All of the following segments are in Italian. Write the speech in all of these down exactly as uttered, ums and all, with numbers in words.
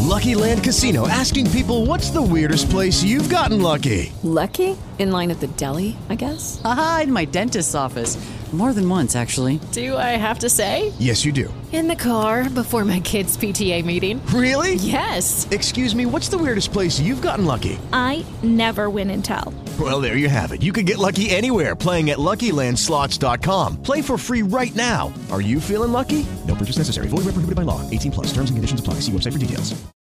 Lucky Land Casino, asking people, what's the weirdest place you've gotten lucky? Lucky? In line at the deli, I guess? Aha, in my dentist's office. More than once, actually. Do I have to say? Yes, you do. In the car before my kids' P T A meeting. Really? Yes. Excuse me, what's the weirdest place you've gotten lucky? I never win and tell. Well, there you have it. You can get lucky anywhere, playing at Lucky Land Slots dot com. Play for free right now. Are you feeling lucky? No purchase necessary. Void where prohibited by law. eighteen plus. Terms and conditions apply. See website for details.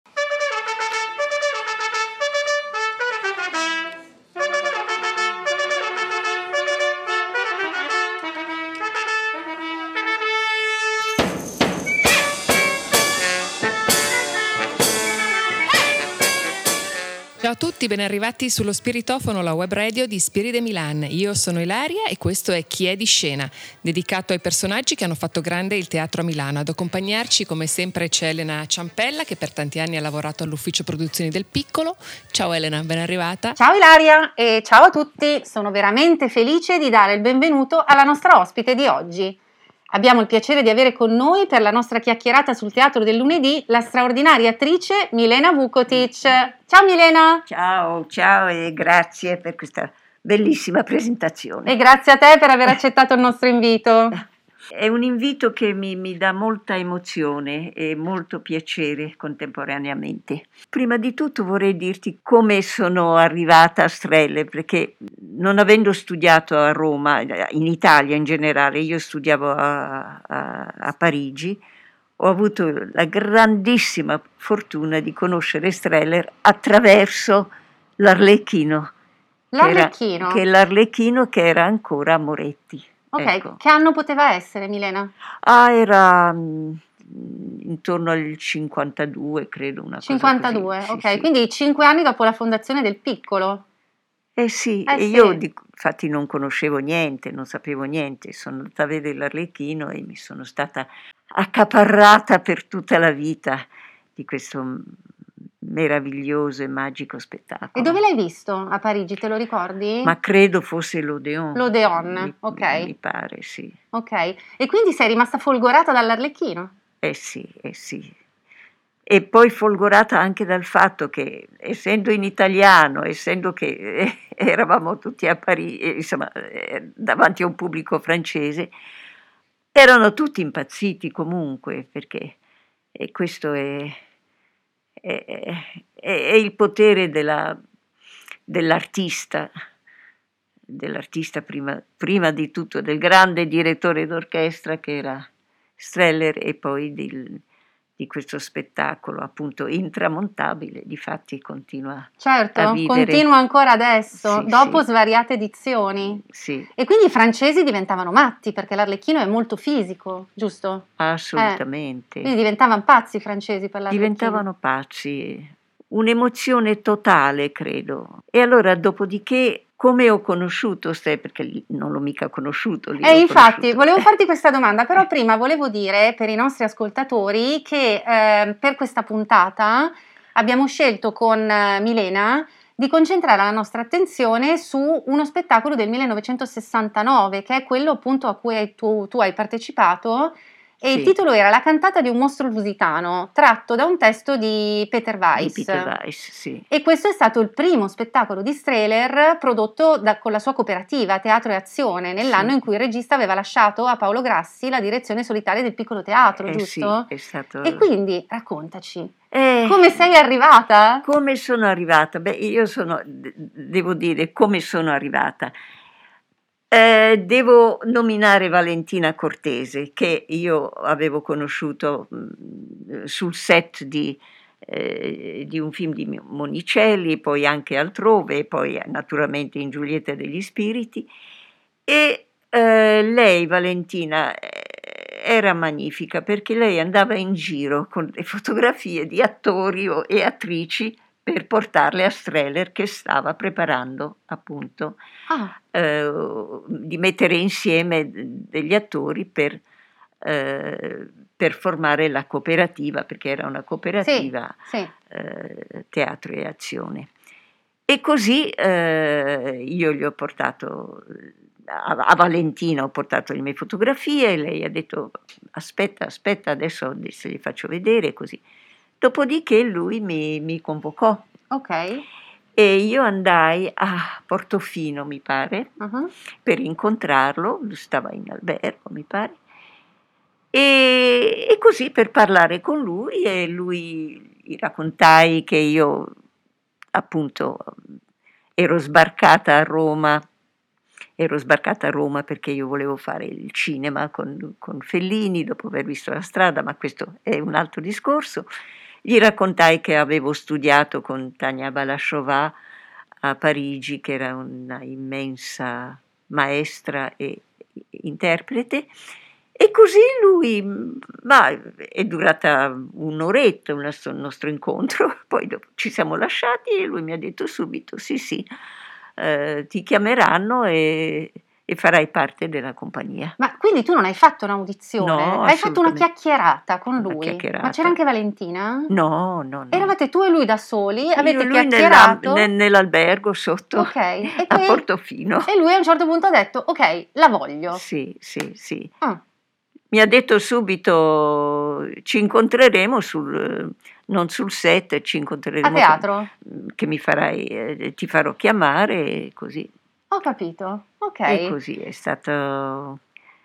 Ciao a tutti, ben arrivati sullo Spiritofono, la web radio di Spiride Milan. Io sono Ilaria e questo è Chi è di scena, dedicato ai personaggi che hanno fatto grande il teatro a Milano. Ad accompagnarci come sempre c'è Elena Ciampella, che per tanti anni ha lavorato all'ufficio produzioni del Piccolo. Ciao Elena, ben arrivata. Ciao Ilaria e ciao a tutti, sono veramente felice di dare il benvenuto alla nostra ospite di oggi. Abbiamo il piacere di avere con noi per la nostra chiacchierata sul teatro del lunedì la straordinaria attrice Milena Vukotic. Ciao Milena! Ciao, ciao e grazie per questa bellissima presentazione. E grazie a te per aver accettato il nostro invito. È un invito che mi, mi dà molta emozione e molto piacere contemporaneamente. Prima di tutto vorrei dirti come sono arrivata a Streller, perché non avendo studiato a Roma, in Italia in generale, io studiavo a, a, a Parigi, ho avuto la grandissima fortuna di conoscere Streller attraverso l'Arlecchino. L'Arlecchino? Che, era, che l'Arlecchino che era ancora a Moretti. Ok, ecco. Che anno poteva essere, Milena? Ah, era mh, intorno al cinquantadue, credo, una cinquantadue, cosa così. ok, Sì, quindi sì. cinque anni dopo la fondazione del Piccolo. Eh sì, Eh e sì. io di- infatti non conoscevo niente, non sapevo niente, sono andata a vedere l'Arlecchino e mi sono stata accaparrata per tutta la vita di questo m- meraviglioso e magico spettacolo. E dove l'hai visto a Parigi, te lo ricordi? Ma credo fosse l'Odeon. L'Odeon, mi, ok. Mi pare, sì. Ok, e quindi sei rimasta folgorata dall'Arlecchino? Eh sì, eh sì. E poi folgorata anche dal fatto che, essendo in italiano, essendo che eh, eravamo tutti a Parigi, eh, insomma, eh, davanti a un pubblico francese, erano tutti impazziti comunque, perché e questo è, è, è- è il potere della- dell'artista, dell'artista prima, prima di tutto, del grande direttore d'orchestra che era Streller e poi del- di questo spettacolo appunto intramontabile, difatti continua Certo, a vivere. continua ancora adesso, Sì, dopo sì. svariate edizioni. Sì, E quindi i francesi diventavano matti, perché l'Arlecchino è molto fisico, giusto? assolutamente. Quindi diventavano pazzi i francesi per l'Arlecchino. Diventavano pazzi, un'emozione totale, credo. E allora, dopodiché, come ho conosciuto Ste, perché lì non l'ho mica conosciuto lì. E l'ho infatti conosciuto. volevo farti questa domanda, però prima volevo dire per i nostri ascoltatori che eh, per questa puntata abbiamo scelto con eh, Milena di concentrare la nostra attenzione su uno spettacolo del millenovecentosessantanove, che è quello appunto a cui hai- tu, tu hai partecipato, e Sì. il titolo era La cantata di un mostro lusitano, tratto da un testo di Peter Di Weiss. Peter Weiss, sì. E questo è stato il primo spettacolo di Strehler prodotto da- con la sua cooperativa Teatro e Azione, nell'anno Sì. in cui il regista aveva lasciato a Paolo Grassi la direzione solitaria del Piccolo Teatro, Eh giusto? sì, è stato... E quindi raccontaci, Eh, come sei arrivata? Come sono arrivata? Beh, io sono, de- devo dire, come sono arrivata. Eh, devo nominare Valentina Cortese, che io avevo conosciuto mh, sul set di, eh, di un film di Monicelli, poi anche altrove, e poi naturalmente in Giulietta degli Spiriti. E eh, lei, Valentina, eh, era magnifica perché lei andava in giro con le fotografie di attori o- e attrici per portarle a Strehler, che stava preparando appunto Ah, eh, di mettere insieme degli attori per, eh, per formare la cooperativa, perché era una sì, cooperativa sì. eh, Teatro e Azione. E così eh, io gli ho portato, a, a Valentina ho portato le mie fotografie e lei ha detto aspetta, aspetta, adesso, adesso gli faccio vedere, così. Dopodiché lui mi, mi convocò. Ok. E io andai a Portofino, mi pare, uh-huh. per incontrarlo, lui stava in albergo, mi pare, e, e così per parlare con lui, e lui gli raccontai che io appunto ero sbarcata a Roma, ero sbarcata a Roma perché io volevo fare il cinema con, con Fellini dopo aver visto La Strada, ma questo è un altro discorso. Gli raccontai che avevo studiato con Tania Balachova a Parigi, che era una immensa maestra e interprete, e così lui, ma è durata un'oretta il nostro, il nostro incontro, poi dopo ci siamo lasciati e lui mi ha detto subito sì sì, eh, ti chiameranno e... e farai parte della compagnia. Ma quindi tu non hai fatto un'audizione? No, hai fatto una assolutamente. chiacchierata con Una lui? chiacchierata. Ma c'era anche Valentina? No, no, no. Eravate tu e lui da soli? Avete Io e lui chiacchierato? nella- ne- nell'albergo sotto Ok, e a poi- Portofino. E lui a un certo punto ha detto, ok, la voglio. Sì, sì, sì. Ah, Mi ha detto subito, ci incontreremo sul, non sul set, ci incontreremo. a teatro? Che mi farai, eh, ti farò chiamare e così. Ho capito, ok. E così è stato.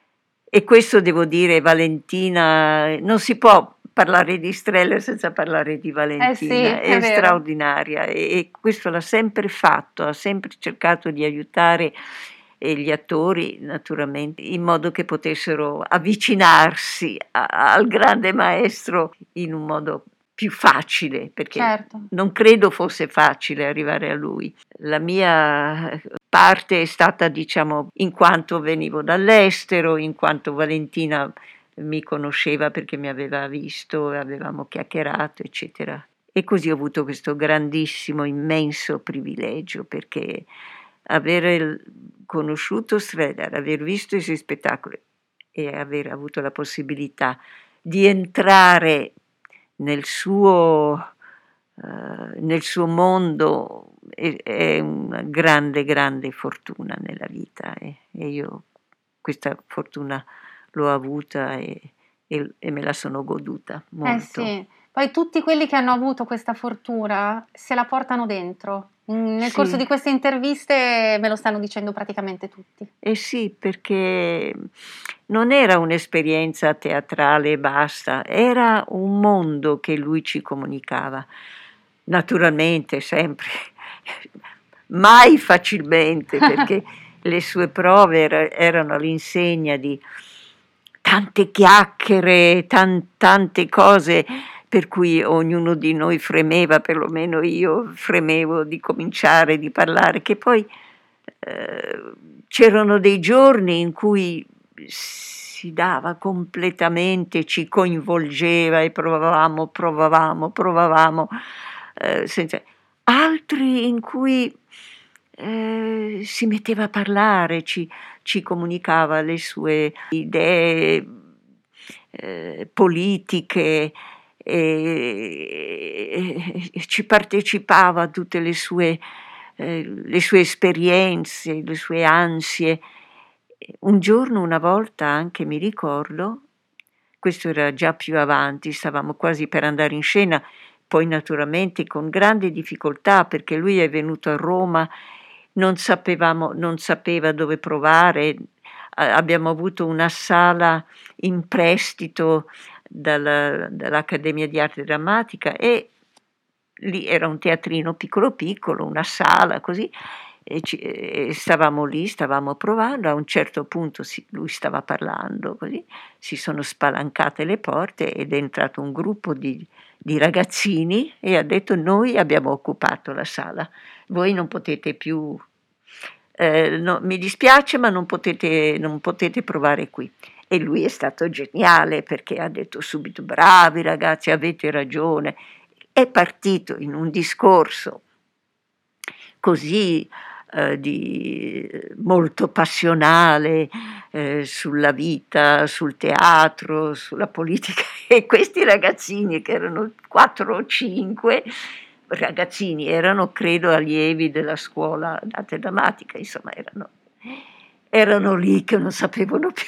E questo devo dire, Valentina, non si può parlare di Streller senza parlare di Valentina, Eh sì, è, è vero. straordinaria e, e questo l'ha sempre fatto, ha sempre cercato di aiutare eh, gli attori naturalmente in modo che potessero avvicinarsi a- al grande maestro in un modo più facile, perché Certo. non credo fosse facile arrivare a lui. La mia parte è stata, diciamo, in quanto venivo dall'estero, in quanto Valentina mi conosceva perché mi aveva visto, avevamo chiacchierato, eccetera. E così ho avuto questo grandissimo, immenso privilegio, perché aver conosciuto Streller, aver visto i suoi spettacoli e aver avuto la possibilità di entrare nel suo, eh, nel suo mondo è, è una grande, grande fortuna nella vita e, e io questa fortuna l'ho avuta e, e- e me la sono goduta molto. Eh sì, poi tutti quelli che hanno avuto questa fortuna se la portano dentro. Mm, Nel Sì. corso di queste interviste me lo stanno dicendo praticamente tutti. Eh sì, perché non era un'esperienza teatrale e basta, era un mondo che lui ci comunicava. Naturalmente, sempre, mai facilmente, perché le sue prove era- erano all'insegna di tante chiacchiere, tan- tante cose per cui ognuno di noi fremeva, perlomeno io fremevo di cominciare, di parlare, che poi eh, c'erano dei giorni in cui si dava completamente, ci coinvolgeva e provavamo, provavamo, provavamo, eh, senza- altri in cui eh, si metteva a parlare, ci, ci comunicava le sue idee eh, politiche e, e ci partecipava a tutte le sue, eh, le sue esperienze, le sue ansie. Un giorno, una volta anche mi ricordo, questo era già più avanti, stavamo quasi per andare in scena, poi naturalmente con grande difficoltà perché lui è venuto a Roma, non sapevamo, non sapeva dove provare, eh, abbiamo avuto una sala in prestito dalla- dall'Accademia di Arte Drammatica e lì era un teatrino piccolo piccolo, una sala così, e, ci- e stavamo lì, stavamo provando, a un certo punto si- lui stava parlando così, si sono spalancate le porte ed è entrato un gruppo di, di ragazzini e ha detto noi abbiamo occupato la sala, voi non potete più, eh, no, mi dispiace ma non potete, non potete provare qui. E lui è stato geniale perché ha detto subito bravi ragazzi, avete ragione. È partito in un discorso così eh, di, molto passionale eh, sulla vita, sul teatro, sulla politica e questi ragazzini che erano quattro o cinque ragazzini, erano credo allievi della scuola d'arte drammatica, insomma erano, erano lì che non sapevano più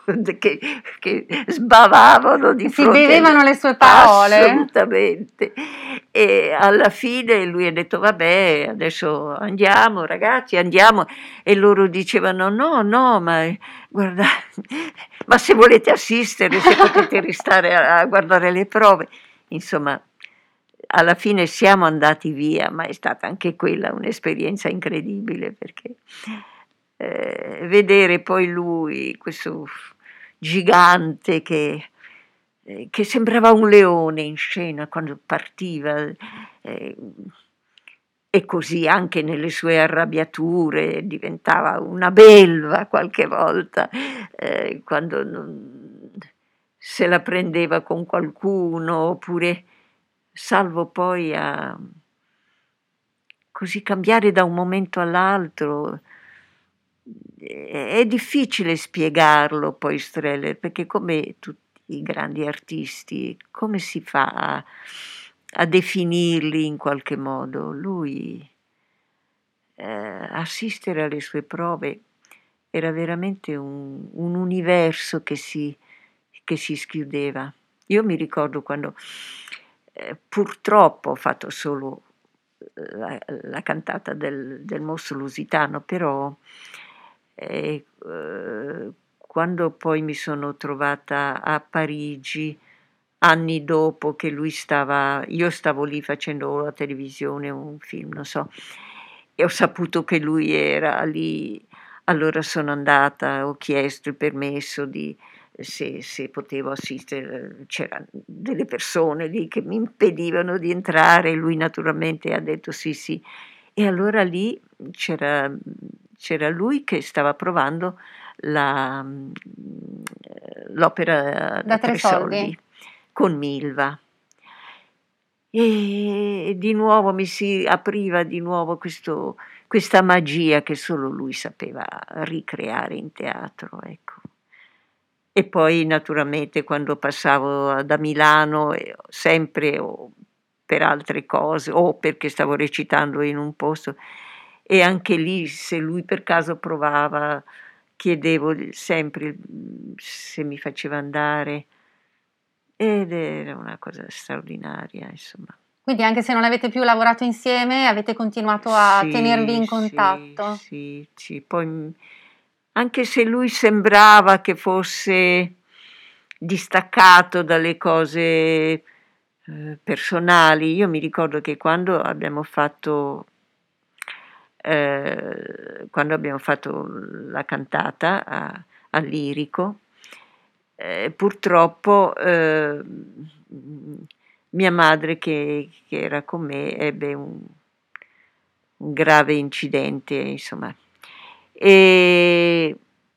che, che sbavavano di si fronte. Si bevevano le sue parole. Assolutamente. E alla fine lui ha detto vabbè, adesso andiamo ragazzi, andiamo. E loro dicevano no, no, ma guarda, ma se volete assistere, se potete restare a, a guardare le prove. Insomma, alla fine siamo andati via, ma è stata anche quella un'esperienza incredibile, perché eh, vedere poi lui, questo gigante che, eh, che sembrava un leone in scena quando partiva, eh, e così anche nelle sue arrabbiature diventava una belva qualche volta, eh, quando non, se la prendeva con qualcuno, oppure salvo poi a così cambiare da un momento all'altro. È difficile spiegarlo poi Streller, perché come tutti i grandi artisti, come si fa a, a definirli in qualche modo? Lui, eh, assistere alle sue prove era veramente un, un universo che si, che si schiudeva. Io mi ricordo quando eh, purtroppo ho fatto solo la, la cantata del, del Mostro Lusitano, però eh, eh, quando poi mi sono trovata a Parigi, anni dopo che lui stava, io stavo lì facendo la televisione, un film, non so, e ho saputo che lui era lì, allora sono andata, ho chiesto il permesso di Se, se potevo assistere, c'erano delle persone lì che mi impedivano di entrare, lui naturalmente ha detto sì sì, e allora lì c'era, c'era lui che stava provando la, l'opera da, da tre, tre soldi. soldi con Milva, e di nuovo mi si apriva di nuovo questo, questa magia che solo lui sapeva ricreare in teatro, ecco. E poi naturalmente quando passavo da Milano, sempre o per altre cose o perché stavo recitando in un posto, e anche lì se lui per caso provava, chiedevo sempre se mi faceva andare, ed era una cosa straordinaria, insomma. Quindi anche se non avete più lavorato insieme, avete continuato a sì, tenervi in contatto? Sì, sì, sì. Poi anche se lui sembrava che fosse distaccato dalle cose eh, personali, io mi ricordo che quando abbiamo fatto eh, quando abbiamo fatto la cantata a, al Lirico, eh, purtroppo eh, mia madre che, che era con me ebbe un, un grave incidente, insomma. E,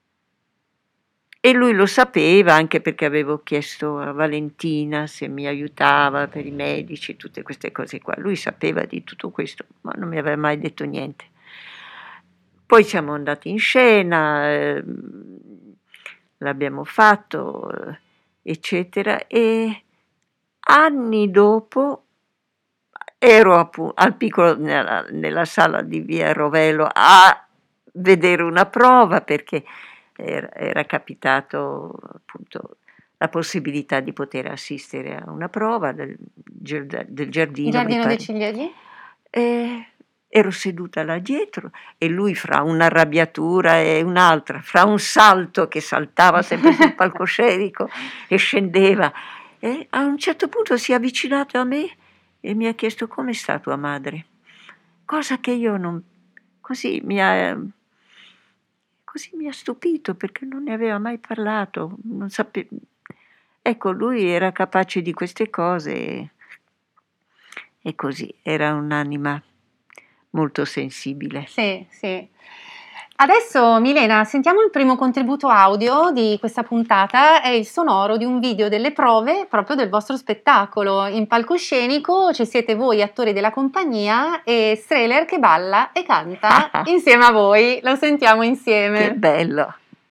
e lui lo sapeva, anche perché avevo chiesto a Valentina se mi aiutava per i medici, tutte queste cose qua. Lui sapeva di tutto questo, ma non mi aveva mai detto niente. Poi siamo andati in scena, eh, l'abbiamo fatto, eh, eccetera, e anni dopo ero appunto al piccolo nella, nella sala di via Rovelo a vedere una prova, perché era, era capitato appunto la possibilità di poter assistere a una prova del, del giardino, Il giardino dei ciliegi? E ero seduta là dietro e lui, fra un'arrabbiatura e un'altra, fra un salto che saltava sempre sul palcoscenico e scendeva, e a un certo punto si è avvicinato a me e mi ha chiesto come sta tua madre, cosa che io non, così mi ha, così mi ha stupito, perché non ne aveva mai parlato, non sapeva. Ecco, lui era capace di queste cose e, e così, era un'anima molto sensibile. Sì, sì. Adesso, Milena, sentiamo il primo contributo audio di questa puntata, è il sonoro di un video delle prove proprio del vostro spettacolo. In palcoscenico ci siete voi, attori della compagnia, e Streller che balla e canta insieme a voi. Lo sentiamo insieme. Che bello!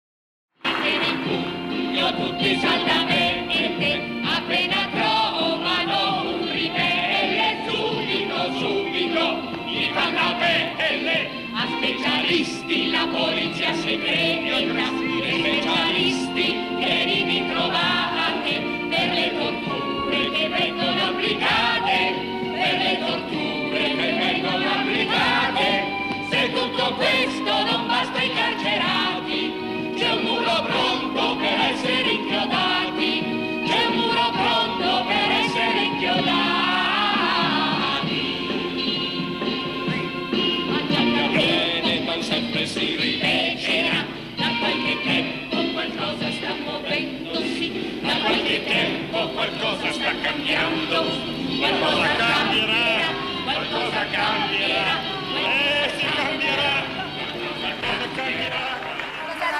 Tutti saldamente, appena trovano un ribelle, subito, subito, gli fanno la pelle a specialisti, la polizia segreta, i specialisti.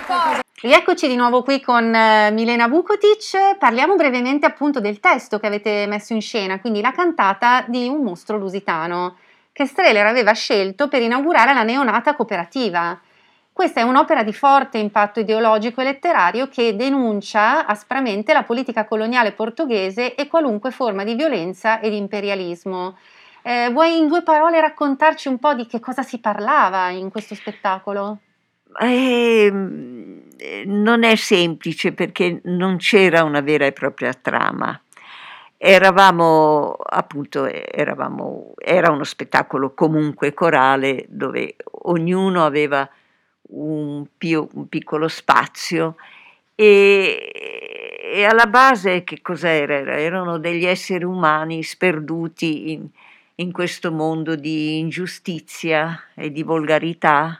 Rieccoci di nuovo qui con eh, Milena Vukotic. Parliamo brevemente appunto del testo che avete messo in scena, quindi la cantata di Un mostro lusitano, che Strehler aveva scelto per inaugurare la neonata cooperativa. Questa è un'opera di forte impatto ideologico e letterario che denuncia aspramente la politica coloniale portoghese e qualunque forma di violenza e di imperialismo. Eh, vuoi in due parole raccontarci un po' di che cosa si parlava in questo spettacolo? Eh, non è semplice perché non c'era una vera e propria trama. Eravamo appunto, eravamo, era uno spettacolo comunque corale dove ognuno aveva un, pio, un piccolo spazio e, e alla base che cos'era? Erano degli esseri umani sperduti in, in questo mondo di ingiustizia e di volgarità,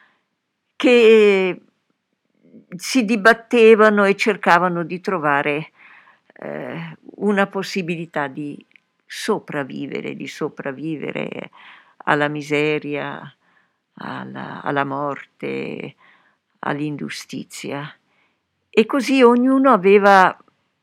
che si dibattevano e cercavano di trovare eh, una possibilità di sopravvivere, di sopravvivere alla miseria, alla, alla morte, all'ingiustizia. E così ognuno aveva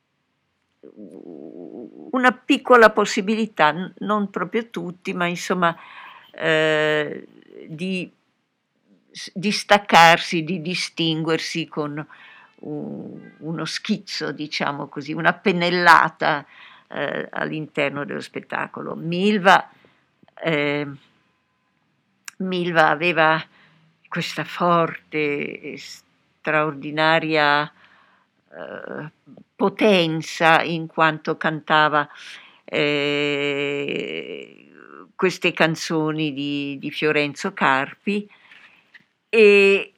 una piccola possibilità, non proprio tutti, ma insomma eh, di di staccarsi, di distinguersi con un, uno schizzo, diciamo così, una pennellata eh, all'interno dello spettacolo. Milva, eh, Milva aveva questa forte, straordinaria eh, potenza in quanto cantava eh, queste canzoni di, di Fiorenzo Carpi. E,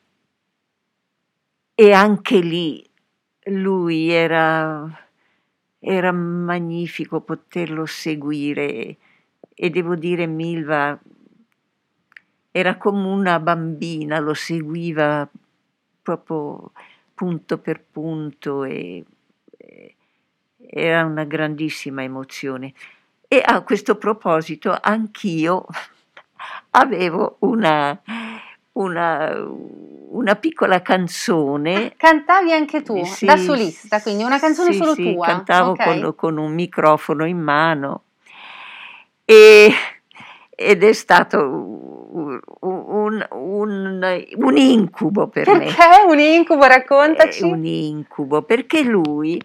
e anche lì lui era, era magnifico poterlo seguire e devo dire Milva era come una bambina, lo seguiva proprio punto per punto e, e era una grandissima emozione. E a questo proposito anch'io avevo una Una, una piccola canzone. Cantavi anche tu, sì, da solista, quindi una canzone sì, solo sì, tua? Cantavo okay. con, con un microfono in mano e, ed è stato un, un, un, un incubo per perché me. Perché un incubo? Raccontaci. È un incubo perché lui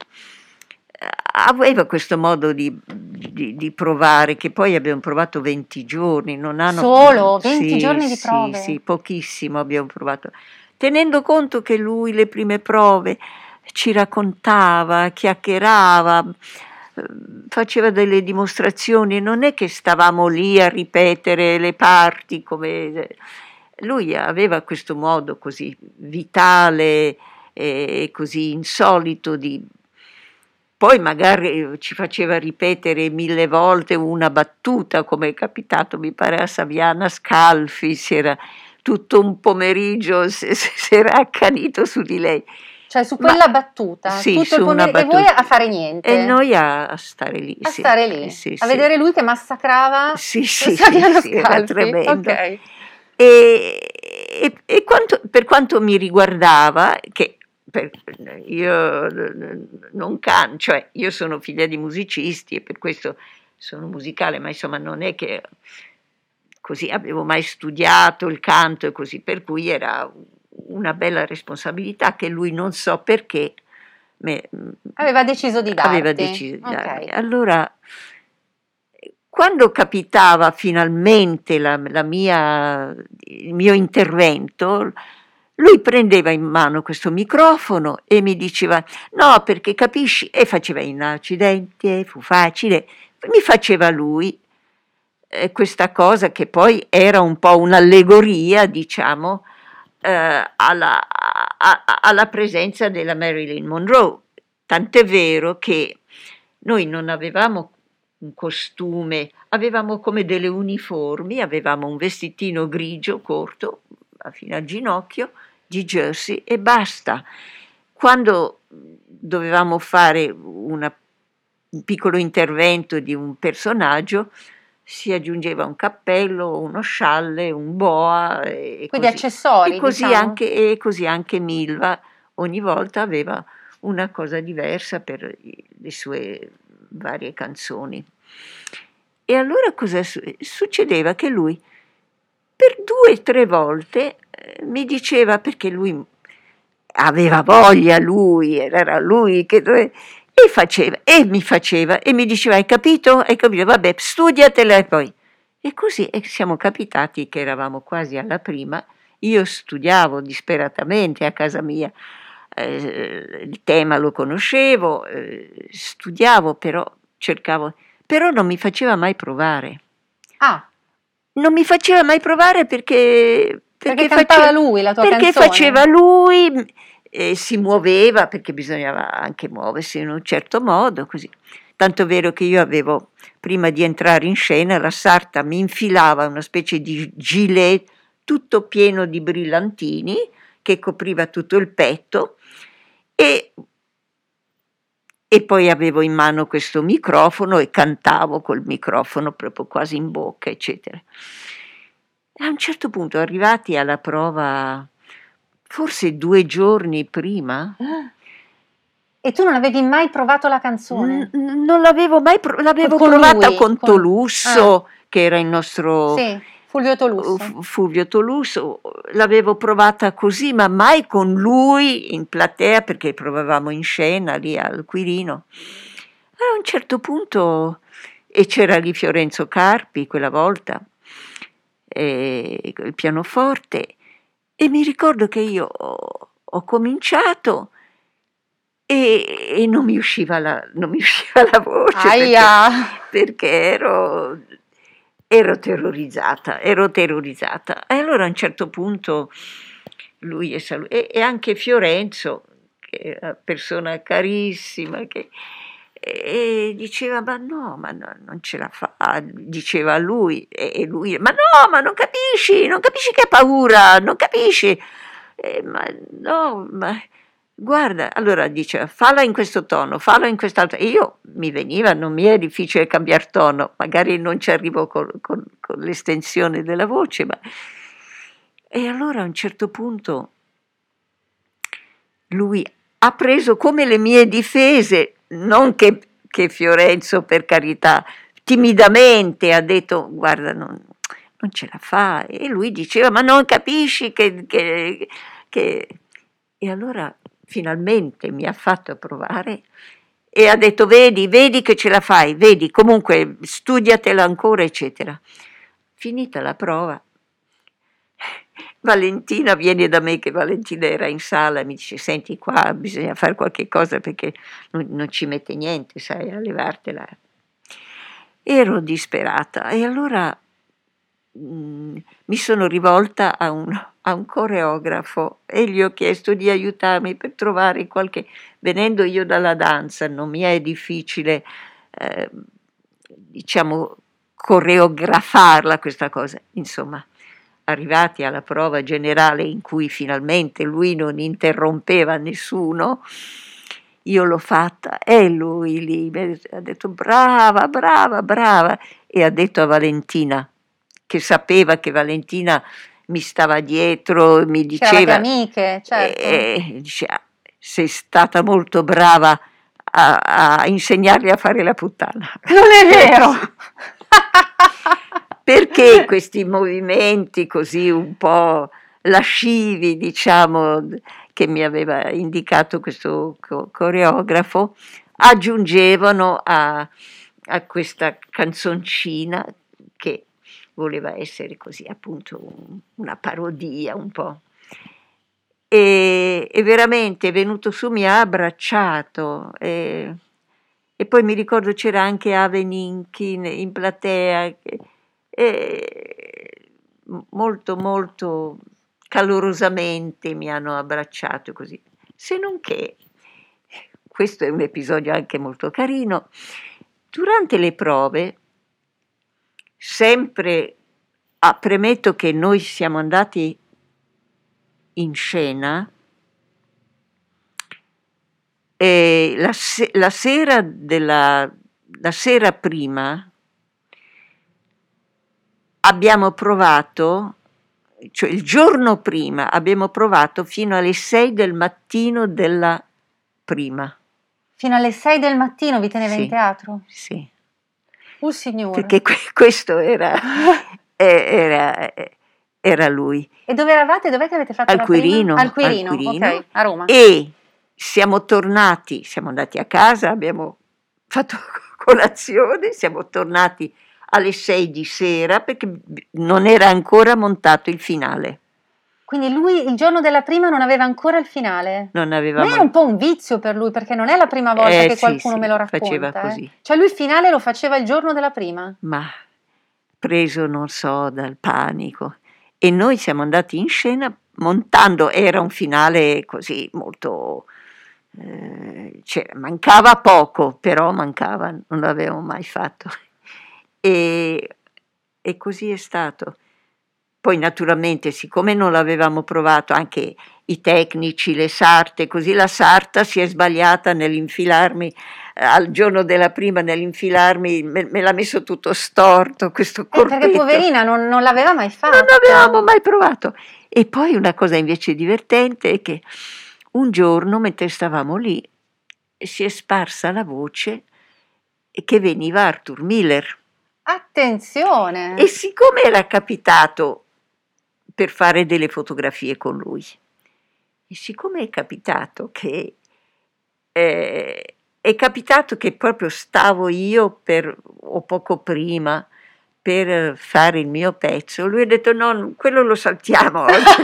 aveva questo modo di, di, di provare, che poi abbiamo provato venti giorni, non hanno... Solo venti sì, giorni di prove? Sì, sì, pochissimo abbiamo provato, tenendo conto che lui le prime prove ci raccontava, chiacchierava, faceva delle dimostrazioni, non è che stavamo lì a ripetere le parti come... Lui aveva questo modo così vitale e così insolito di... Poi magari ci faceva ripetere mille volte una battuta, come è capitato, mi pare, a Saviana Scalfi, si era tutto un pomeriggio, si, si era accanito su di lei. Cioè su quella Ma, battuta, sì, tutto su il pomeriggio, battuta. E voi a fare niente? E noi a, a stare lì. A sì. stare lì, sì, a sì. vedere lui che massacrava sì, sì, Saviana sì, Scalfi. Era tremendo. Okay. E, e, e quanto, per quanto mi riguardava, che per, io non canto, cioè io sono figlia di musicisti e per questo sono musicale, ma insomma non è che così avevo mai studiato il canto e così, per cui era una bella responsabilità che lui non so perché me, aveva deciso di darti. Aveva deciso di okay. darmi. Allora, quando capitava finalmente la, la mia, il mio intervento, lui prendeva in mano questo microfono e mi diceva no, perché capisci, e faceva in accidenti, fu facile, mi faceva lui eh, questa cosa che poi era un po' un'allegoria, diciamo, eh, alla, a, a, alla presenza della Marilyn Monroe, tant'è vero che noi non avevamo un costume, avevamo come delle uniformi, avevamo un vestitino grigio corto fino al ginocchio di jersey e basta. Quando dovevamo fare una, un piccolo intervento di un personaggio, si aggiungeva un cappello, uno scialle, un boa e Quindi così. accessori, E così, diciamo. anche, e così anche Milva ogni volta aveva una cosa diversa per le sue varie canzoni. E allora cosa su- succedeva? Che lui per due o tre volte eh, mi diceva, perché lui aveva voglia, lui, era lui che dove, e faceva, e mi faceva, e mi diceva, hai capito? Hai capito? Vabbè, studiatela e poi. E così e siamo capitati che eravamo quasi alla prima, io studiavo disperatamente a casa mia, eh, il tema lo conoscevo, eh, studiavo, però cercavo, però non mi faceva mai provare. Ah, Non mi faceva mai provare perché perché cantava lui la tua perché canzone? faceva lui, eh, si muoveva, perché bisognava anche muoversi in un certo modo, così. Tanto vero che io avevo, prima di entrare in scena, la sarta mi infilava una specie di gilet tutto pieno di brillantini che copriva tutto il petto e, e poi avevo in mano questo microfono e cantavo col microfono proprio quasi in bocca, eccetera. A un certo punto, arrivati alla prova, forse due giorni prima, E tu non avevi mai provato la canzone? n- non l'avevo mai pro- l'avevo Con provata lui, con con- Tolusso, che era il nostro Sì, Fulvio Tolusso. Fu- Fulvio Tolusso, l'avevo provata così, ma mai con lui in platea, perché provavamo in scena lì al Quirino. A un certo punto, e c'era lì Fiorenzo Carpi quella volta, e il pianoforte, e mi ricordo che io ho, ho cominciato e, e non mi usciva la, non mi usciva la voce perché, Aia! perché ero, ero terrorizzata, ero terrorizzata. E allora a un certo punto lui e, salu- e, e anche Fiorenzo, che è una persona carissima, che e diceva ma no, ma no, non ce la fa, diceva a lui e, e lui ma no, ma non capisci, non capisci che ha paura, non capisci, eh, ma no, ma guarda, allora diceva falla in questo tono, falla in quest'altro, e io mi veniva, non mi è difficile cambiare tono, magari non ci arrivo con, con, con l'estensione della voce, ma e allora a un certo punto lui ha preso come le mie difese, non che, che Fiorenzo, per carità, timidamente ha detto guarda non, non ce la fa, e lui diceva ma non capisci che, che, che... E allora finalmente mi ha fatto provare e ha detto vedi, vedi che ce la fai, vedi, comunque studiatela ancora, eccetera. Finita la prova, Valentina viene da me, che Valentina era in sala, mi dice senti qua bisogna fare qualche cosa perché non, non ci mette niente, sai, a levartela. Ero disperata e allora mh, mi sono rivolta a un, a un coreografo e gli ho chiesto di aiutarmi per trovare qualche, venendo io dalla danza non mi è difficile eh, diciamo coreografarla questa cosa, insomma. Arrivati alla prova generale in cui finalmente lui non interrompeva nessuno, io l'ho fatta e lui lì ha detto brava, brava, brava, e ha detto a Valentina, che sapeva che Valentina mi stava dietro, mi diceva, C'eravate amiche, certo. e, e diceva, sei stata molto brava a, a insegnargli a fare la puttana. Non è vero! Perché questi movimenti così un po' lascivi, diciamo, che mi aveva indicato questo co- coreografo, aggiungevano a, a questa canzoncina che voleva essere così appunto un, una parodia un po'. E, e veramente è venuto su, mi ha abbracciato e, e poi mi ricordo c'era anche Ave Ninkin in platea che, e molto molto calorosamente mi hanno abbracciato così, se non che questo è un episodio anche molto carino. Durante le prove, sempre ah, premetto che noi siamo andati in scena e la, se- la sera della la sera prima abbiamo provato, cioè il giorno prima abbiamo provato fino alle sei del mattino della prima. Fino alle sei del mattino vi teneva Sì, in teatro? Sì. Oh signore. Perché que- questo era, era, era lui. E dove eravate? Dov'è che avete fatto Al la Quirino, prima? Al Quirino, al Quirino. ok, a Roma. E siamo tornati, siamo andati a casa, abbiamo fatto colazione, siamo tornati alle sei di sera perché non era ancora montato il finale. Quindi lui il giorno della prima non aveva ancora il finale? Non avevamo... Ma è un po' un vizio per lui, perché non è la prima volta Eh, che sì, qualcuno sì, me lo racconta. faceva eh. così. Cioè lui il finale lo faceva il giorno della prima? Ma preso, non so, dal panico. E noi siamo andati in scena montando, era un finale così molto... Eh, cioè, mancava poco, però mancava, non l'avevamo mai fatto. E, e così è stato. Poi naturalmente, siccome non l'avevamo provato, anche i tecnici, le sarte, così la sarta si è sbagliata nell'infilarmi, eh, al giorno della prima nell'infilarmi, me, me l'ha messo tutto storto, questo Eh, corpetto. perché poverina non, non l'aveva mai fatto. Non avevamo mai provato. E poi una cosa invece divertente è che un giorno, mentre stavamo lì, si è sparsa la voce che veniva Arthur Miller. Attenzione! E siccome era capitato per fare delle fotografie con lui, e siccome è capitato che eh, è capitato che proprio stavo io per, o poco prima per fare il mio pezzo, lui ha detto no, quello lo saltiamo oggi.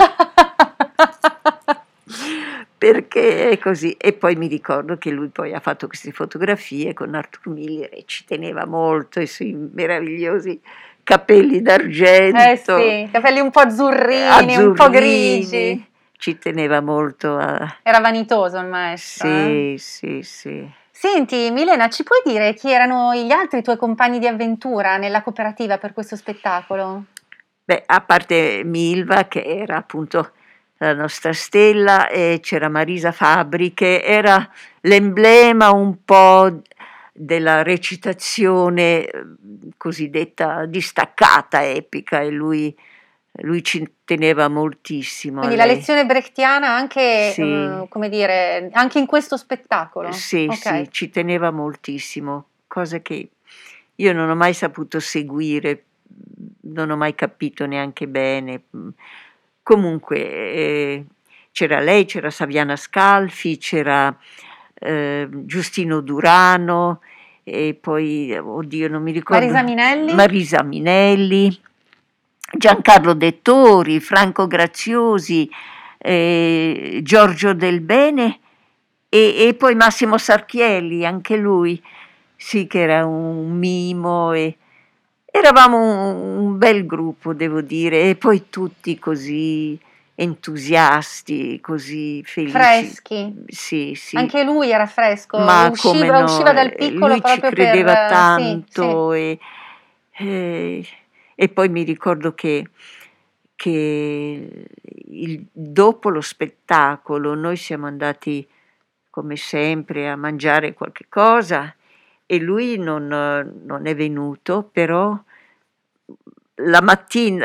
Perché è così. E poi mi ricordo che lui poi ha fatto queste fotografie con Arthur Miller e ci teneva molto, i suoi meravigliosi capelli d'argento, Eh sì, capelli un po' azzurrini, azzurrini, un po' grigi. Ci teneva molto a... Era vanitoso il maestro. Sì, eh? sì, sì. Senti Milena, ci puoi dire chi erano gli altri tuoi compagni di avventura nella cooperativa per questo spettacolo? Beh, a parte Milva, che era appunto la nostra stella, e c'era Marisa Fabbri, che era l'emblema un po' della recitazione cosiddetta distaccata, epica, e lui, lui ci teneva moltissimo. Quindi a la lei. lezione brechtiana anche, Sì. um, come dire, anche in questo spettacolo? Sì, Okay. sì, ci teneva moltissimo, cosa che io non ho mai saputo seguire, non ho mai capito neanche bene. Comunque eh, c'era lei, c'era Saviana Scalfi, c'era eh, Giustino Durano, e poi, oddio, non mi ricordo. Marisa Minelli? Marisa Minelli, Giancarlo Dettori, Franco Graziosi, eh, Giorgio Del Bene e, e poi Massimo Sarchielli, anche lui, sì, che era un mimo. E eravamo un, un bel gruppo, devo dire, e poi tutti così entusiasti, così felici. Freschi. Sì, sì. Anche lui era fresco, Ma usciva, come no, usciva dal piccolo lui ci proprio credeva per... tanto. Sì, E, e, e poi mi ricordo che, che il, dopo lo spettacolo noi siamo andati come sempre a mangiare qualche cosa e lui non, non è venuto, però la mattina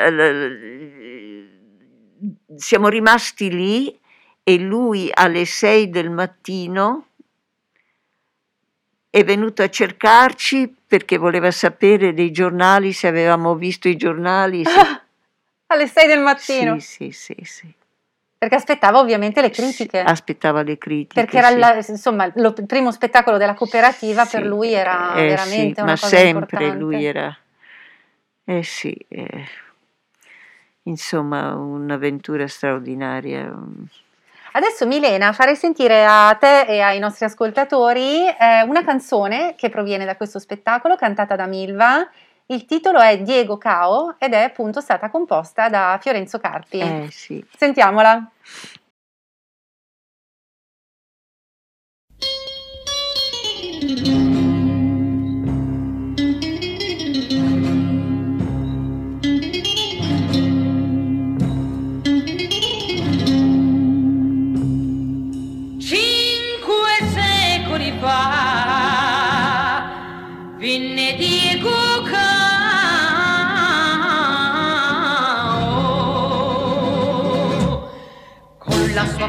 siamo rimasti lì e lui alle sei del mattino è venuto a cercarci perché voleva sapere dei giornali, se avevamo visto i giornali. Se... Alle sei del mattino? Sì, sì, sì, sì. Perché aspettava ovviamente le critiche. Sì, aspettava le critiche. Perché era sì. la, insomma, lo, il primo spettacolo della cooperativa, sì, per lui era eh, veramente sì, una ma cosa sempre importante. lui era... Eh sì, eh, insomma, un'avventura straordinaria. Adesso Milena, farei sentire a te e ai nostri ascoltatori eh, una canzone che proviene da questo spettacolo, cantata da Milva. Il titolo è Diego Cao ed è appunto stata composta da Fiorenzo Carpi. Eh sì. Sentiamola. Cinque secoli fa venne Diego Cao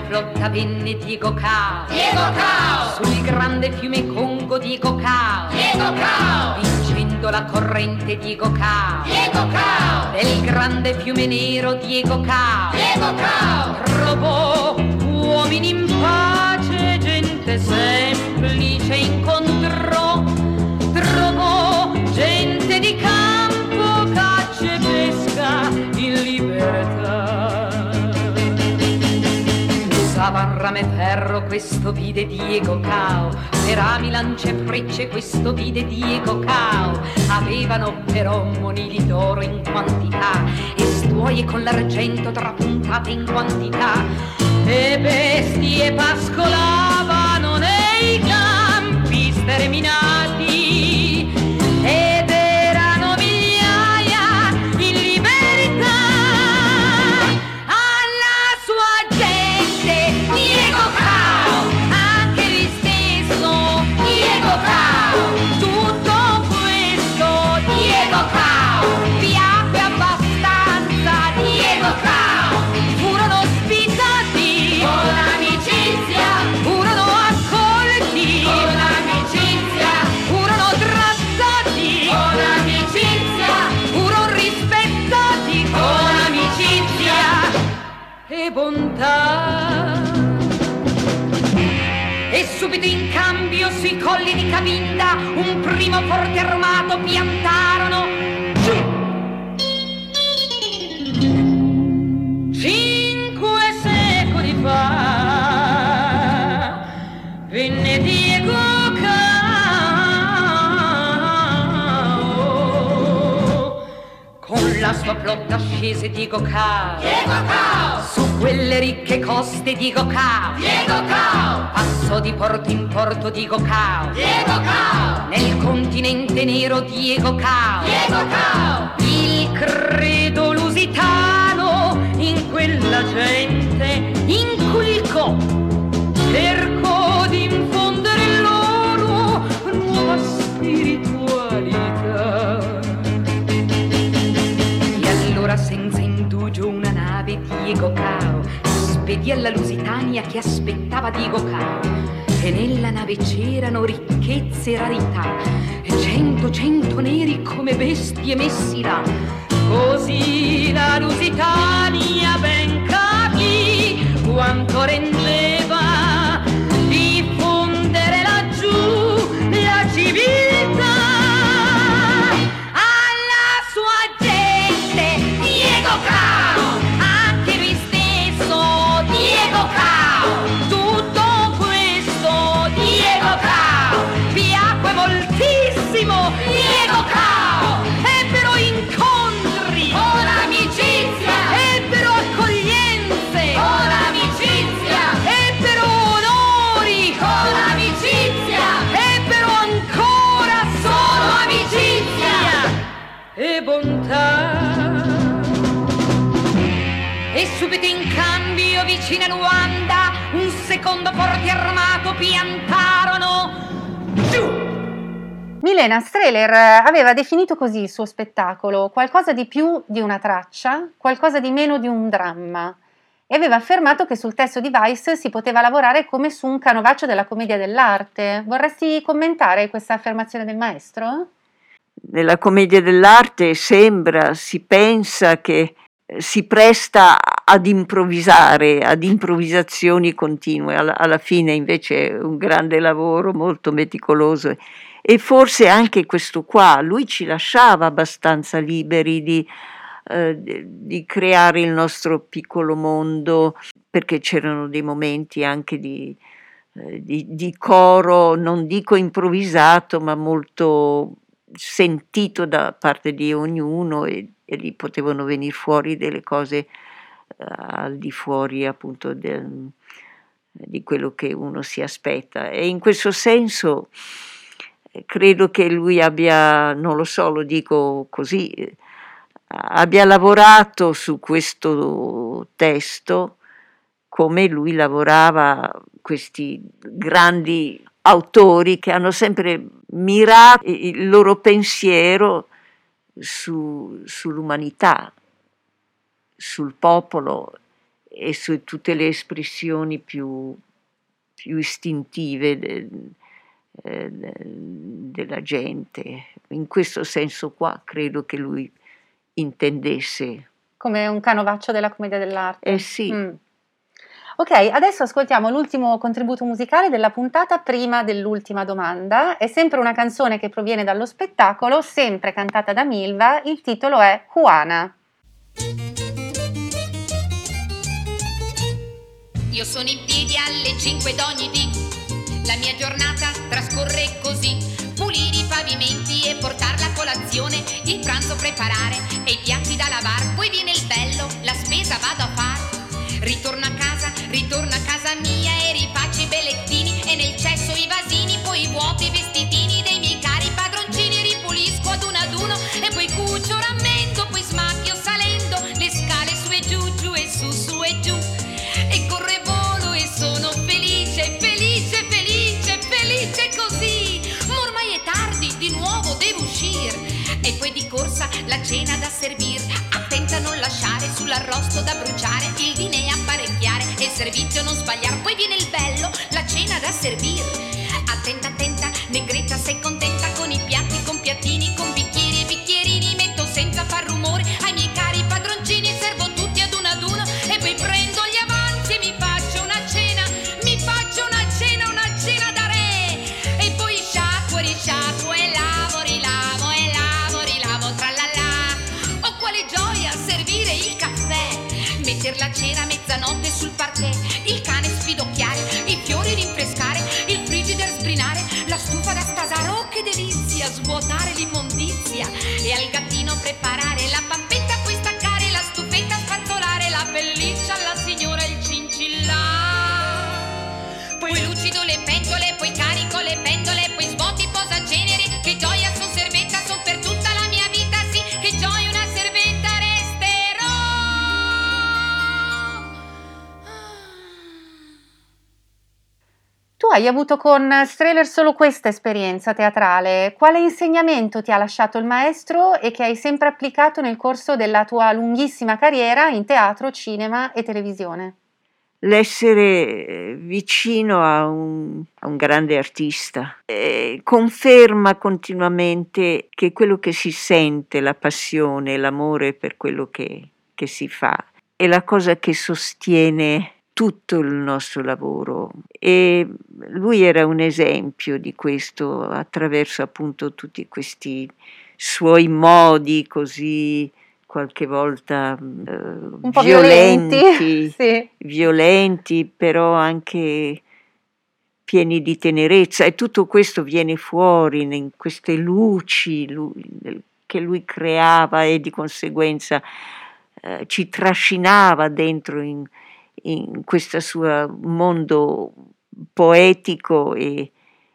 flotta venne Diego Cao, Diego Cao, sul grande fiume Congo Diego Cao, Diego Cao, vincendo la corrente Diego Cao, Diego Cao, nel grande fiume nero Diego Cao, Diego Cao, trovò uomini in pace, gente semplice incontrò, trovò gente di campo, caccia e pesca in libertà. Usavan rame e ferro, questo vide Diego Cao, per rami, lance e frecce, questo vide Diego Cao. Avevano però monili d'oro in quantità e stuoie con l'argento trapuntate in quantità, e bestie pascolavano nei campi sterminati, ed erano migliaia in libertà. Alla sua gente Diego Cao, anche lui stesso Diego Cao, tutto questo Diego Cao, piacque abbastanza Diego Cao, furono ospitati con amicizia, furono accolti con amicizia, furono trattati con amicizia, furono rispettati con amicizia e bontà. E subito in cambio sui colli di Cabinda un primo forte armato piantarono giù. Cinque secoli fa venne Diego Cao, con la sua flotta scese Diego Cao, Diego Cao, su quelle ricche coste Diego Cao, Diego Cao, passò di porto in porto Diego Cao, Diego Cao, nel continente nero Diego Cao, Diego Cao, il credo lusitano in quella gente inculcò, cercò di infondere loro nuova spiritualità. E allora senza indugio una nave Diego Cao spedì alla Lusitania che aspettava Diego Cao, e nella nave c'erano ricchezze e rarità, e cento cento neri come bestie messi là. Così la Lusitania ben capì quanto rendeva diffondere laggiù la civiltà. Alla sua gente Diego Cao, anche lui stesso Diego Cao, tutto questo Diego Cao, piacque moltissimo Diego Cao, ebbero incontri con amicizia, ebbero accoglienze con amicizia, ebbero onori con amicizia, ebbero ancora solo amicizia e bontà. E subito in cambio vicino a Luanda un secondo forte armato piantarono giù. Milena Streller aveva definito così il suo spettacolo: qualcosa di più di una traccia, qualcosa di meno di un dramma, e aveva affermato che sul testo di Weiss si poteva lavorare come su un canovaccio della commedia dell'arte. Vorresti commentare questa affermazione del maestro? Nella commedia dell'arte sembra, si pensa che si presta ad improvvisare, ad improvvisazioni continue, alla, alla fine invece è un grande lavoro molto meticoloso, e forse anche questo qua, lui ci lasciava abbastanza liberi di, eh, di creare il nostro piccolo mondo, perché c'erano dei momenti anche di, eh, di, di coro, non dico improvvisato, ma molto sentito da parte di ognuno, e, e lì potevano venire fuori delle cose eh, al di fuori appunto del, di quello che uno si aspetta, e in questo senso eh, credo che lui abbia, non lo so, lo dico così, eh, abbia lavorato su questo testo come lui lavorava questi grandi autori che hanno sempre mirato il loro pensiero su, sull'umanità, sul popolo e su tutte le espressioni più, più istintive de, eh, della gente. In questo senso qua credo che lui intendesse. Come un canovaccio della commedia dell'arte. Eh sì. Mm. Ok, adesso ascoltiamo l'ultimo contributo musicale della puntata prima dell'ultima domanda. È sempre una canzone che proviene dallo spettacolo, sempre cantata da Milva. Il titolo è Juana. Io sono in piedi alle cinque d'ogni dì, la mia giornata trascorre così: pulire i pavimenti e portare la colazione, il pranzo preparare e i piatti da lavar. Poi viene il bello, la spesa vado a fare. Ritorno a casa, ritorno a casa mia e rifaccio i bellettini e nel cesso i vasini, poi i vuoti vestitini dei miei cari padroncini, ripulisco ad uno ad uno e poi cucio, rammendo, poi smacchio salendo le scale su e giù, giù e su, su e giù, e corro e volo e sono felice, felice, felice, felice così. Ma ormai è tardi, di nuovo devo uscire e poi di corsa la cena da servir. Attenta a non lasciare sull'arrosto da bruciare, il dinè apparecchiare e il servizio non sbagliare. Poi viene il bello, la cena da servir. Attenta, attenta, negretta, sei contenta con i piatti, con piattini, con bicchieri e bicchierini. Metto senza far rumore ai miei cari padroncini, servo tutti ad uno ad uno e poi prendo gli avanzi e mi faccio una cena, mi faccio una cena, una cena da re. E poi sciacquo, risciacquo e lavo, rilavo e lavo, rilavo, tralala. Oh, quale gioia servire il caffè, metter la cena a mezzanotte sul parquet, il cane spidocchiare, i fiori rinfrescare, il frigider sbrinare, la stufa da stasare. Oh, che delizia svuotare l'immondizia e al gattino preparare la pampetta, poi staccare la stufetta, spazzolare la pelliccia alla signora il cincilla. Poi lucido le pentole, poi carico le pendole, poi svuoti i posaceneri. Che gioia, son servetta, son per tutta la mia vita, sì, che gioia una servetta resterò. Tu hai avuto con Strehler solo questa esperienza teatrale. Quale insegnamento ti ha lasciato il maestro e che hai sempre applicato nel corso della tua lunghissima carriera in teatro, cinema e televisione? L'essere vicino a un, a un grande artista eh, conferma continuamente che quello che si sente, la passione, l'amore per quello che, che si fa, è la cosa che sostiene tutto il nostro lavoro. E lui era un esempio di questo attraverso appunto tutti questi suoi modi così qualche volta eh, un po' violenti, violenti, sì. violenti, però anche pieni di tenerezza, e tutto questo viene fuori in queste luci lui, che lui creava e di conseguenza eh, ci trascinava dentro in, in questo suo mondo poetico e,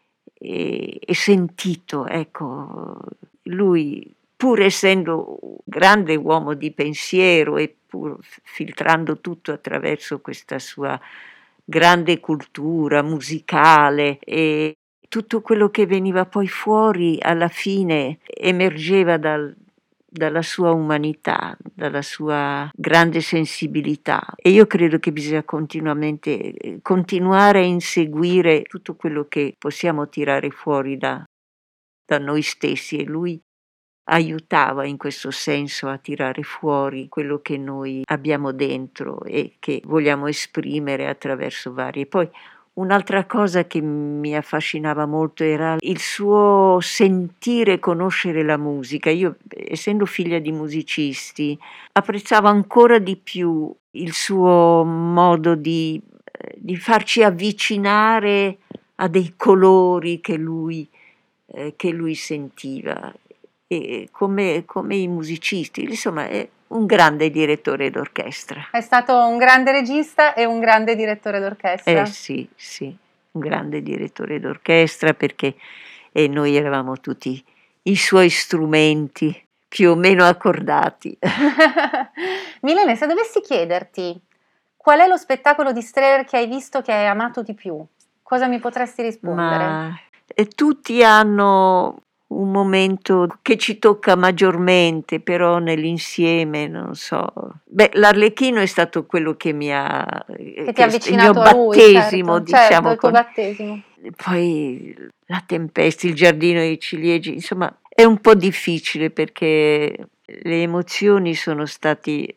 e, e sentito. Ecco, lui, pur essendo un grande uomo di pensiero e pur filtrando tutto attraverso questa sua grande cultura musicale, e tutto quello che veniva poi fuori alla fine emergeva dal, dalla sua umanità, dalla sua grande sensibilità. E io credo che bisogna continuamente continuare a inseguire tutto quello che possiamo tirare fuori da, da noi stessi, e lui aiutava in questo senso a tirare fuori quello che noi abbiamo dentro e che vogliamo esprimere attraverso vari. Poi un'altra cosa che mi affascinava molto era il suo sentire e conoscere la musica. Io, essendo figlia di musicisti, apprezzavo ancora di più il suo modo di, di farci avvicinare a dei colori che lui, eh, che lui sentiva. E come, come i musicisti, insomma, è un grande direttore d'orchestra. È stato un grande regista e un grande direttore d'orchestra. Eh sì, sì, un grande direttore d'orchestra, perché eh, noi eravamo tutti i suoi strumenti più o meno accordati. Milena, se dovessi chiederti qual è lo spettacolo di Strehler che hai visto che hai amato di più, cosa mi potresti rispondere? Ma eh, tutti hanno un momento che ci tocca maggiormente, però nell'insieme, non so. Beh, l'Arlecchino è stato quello che mi ha... Che ti ha avvicinato a lui, battesimo, certo, diciamo. certo, il tuo con... battesimo. Poi la tempesta, il giardino dei ciliegi, insomma, è un po' difficile perché le emozioni sono state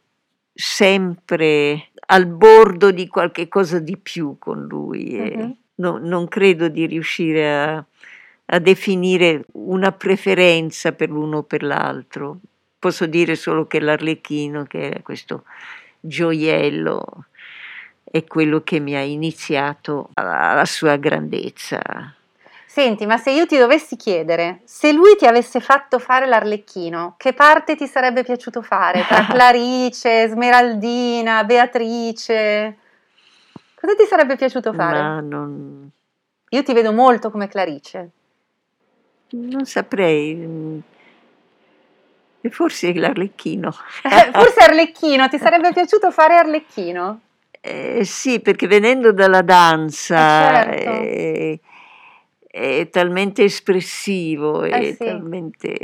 sempre al bordo di qualche cosa di più con lui. E Mm-hmm. no, non credo di riuscire a... a definire una preferenza per l'uno o per l'altro. Posso dire solo che l'Arlecchino, che è questo gioiello, è quello che mi ha iniziato alla sua grandezza. Senti, ma se io ti dovessi chiedere, se lui ti avesse fatto fare l'Arlecchino, che parte ti sarebbe piaciuto fare? Tra Clarice, Smeraldina, Beatrice? Cosa ti sarebbe piaciuto fare? Ma non... Io ti vedo molto come Clarice. Non saprei, e forse l'Arlecchino. Eh, forse Arlecchino, ti sarebbe piaciuto fare Arlecchino? Eh, sì, perché venendo dalla danza Eh, certo. è, è talmente espressivo, Eh, è sì. talmente...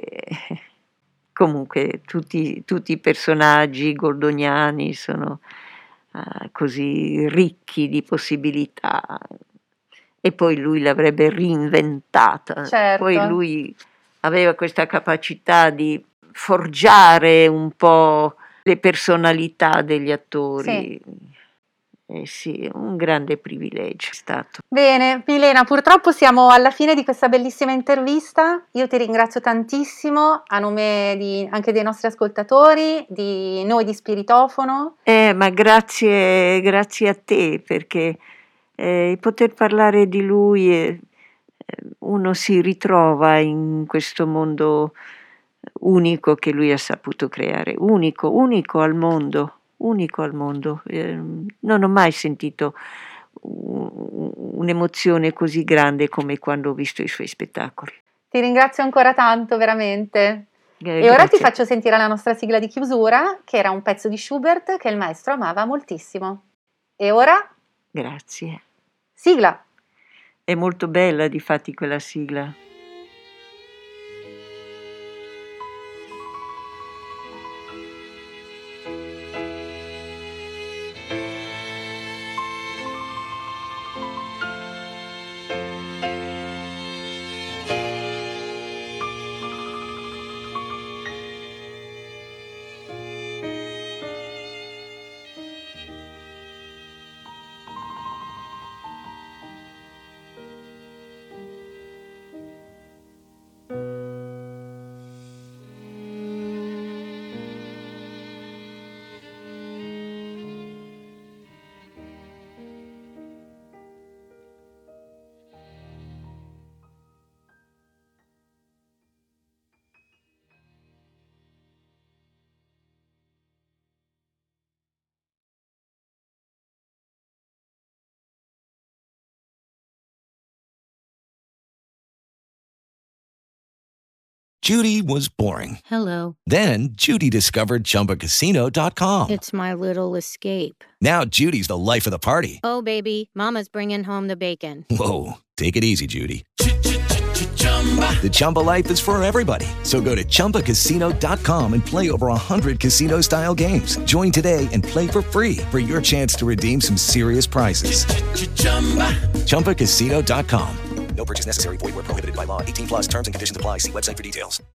Comunque tutti, tutti i personaggi goldoniani sono uh, così ricchi di possibilità. E poi lui l'avrebbe reinventata. Certo. Poi lui aveva questa capacità di forgiare un po' le personalità degli attori. Sì. Eh sì, un grande privilegio è stato. Bene, Milena, purtroppo siamo alla fine di questa bellissima intervista. Io ti ringrazio tantissimo a nome di, anche dei nostri ascoltatori, di noi di Spiritofono. Eh, ma grazie, grazie a te, perché eh, poter parlare di lui, eh, uno si ritrova in questo mondo unico che lui ha saputo creare, unico, unico al mondo. unico al mondo. Eh, non ho mai sentito un'emozione così grande come quando ho visto i suoi spettacoli. Ti ringrazio ancora tanto, veramente. Eh, e ora grazie. ti faccio sentire la nostra sigla di chiusura, che era un pezzo di Schubert che il maestro amava moltissimo. E ora? Grazie. Sigla! È molto bella, difatti, quella sigla. Judy was boring. Hello. Then Judy discovered Chumba Casino dot com. It's my little escape. Now Judy's the life of the party. Oh, baby, mama's bringing home the bacon. Whoa, take it easy, Judy. The Chumba life is for everybody. So go to Chumba Casino dot com and play over one hundred casino-style games. Join today and play for free for your chance to redeem some serious prizes. Chumba Casino dot com. No purchase necessary. Void where prohibited by law. eighteen plus terms and conditions apply. See website for details.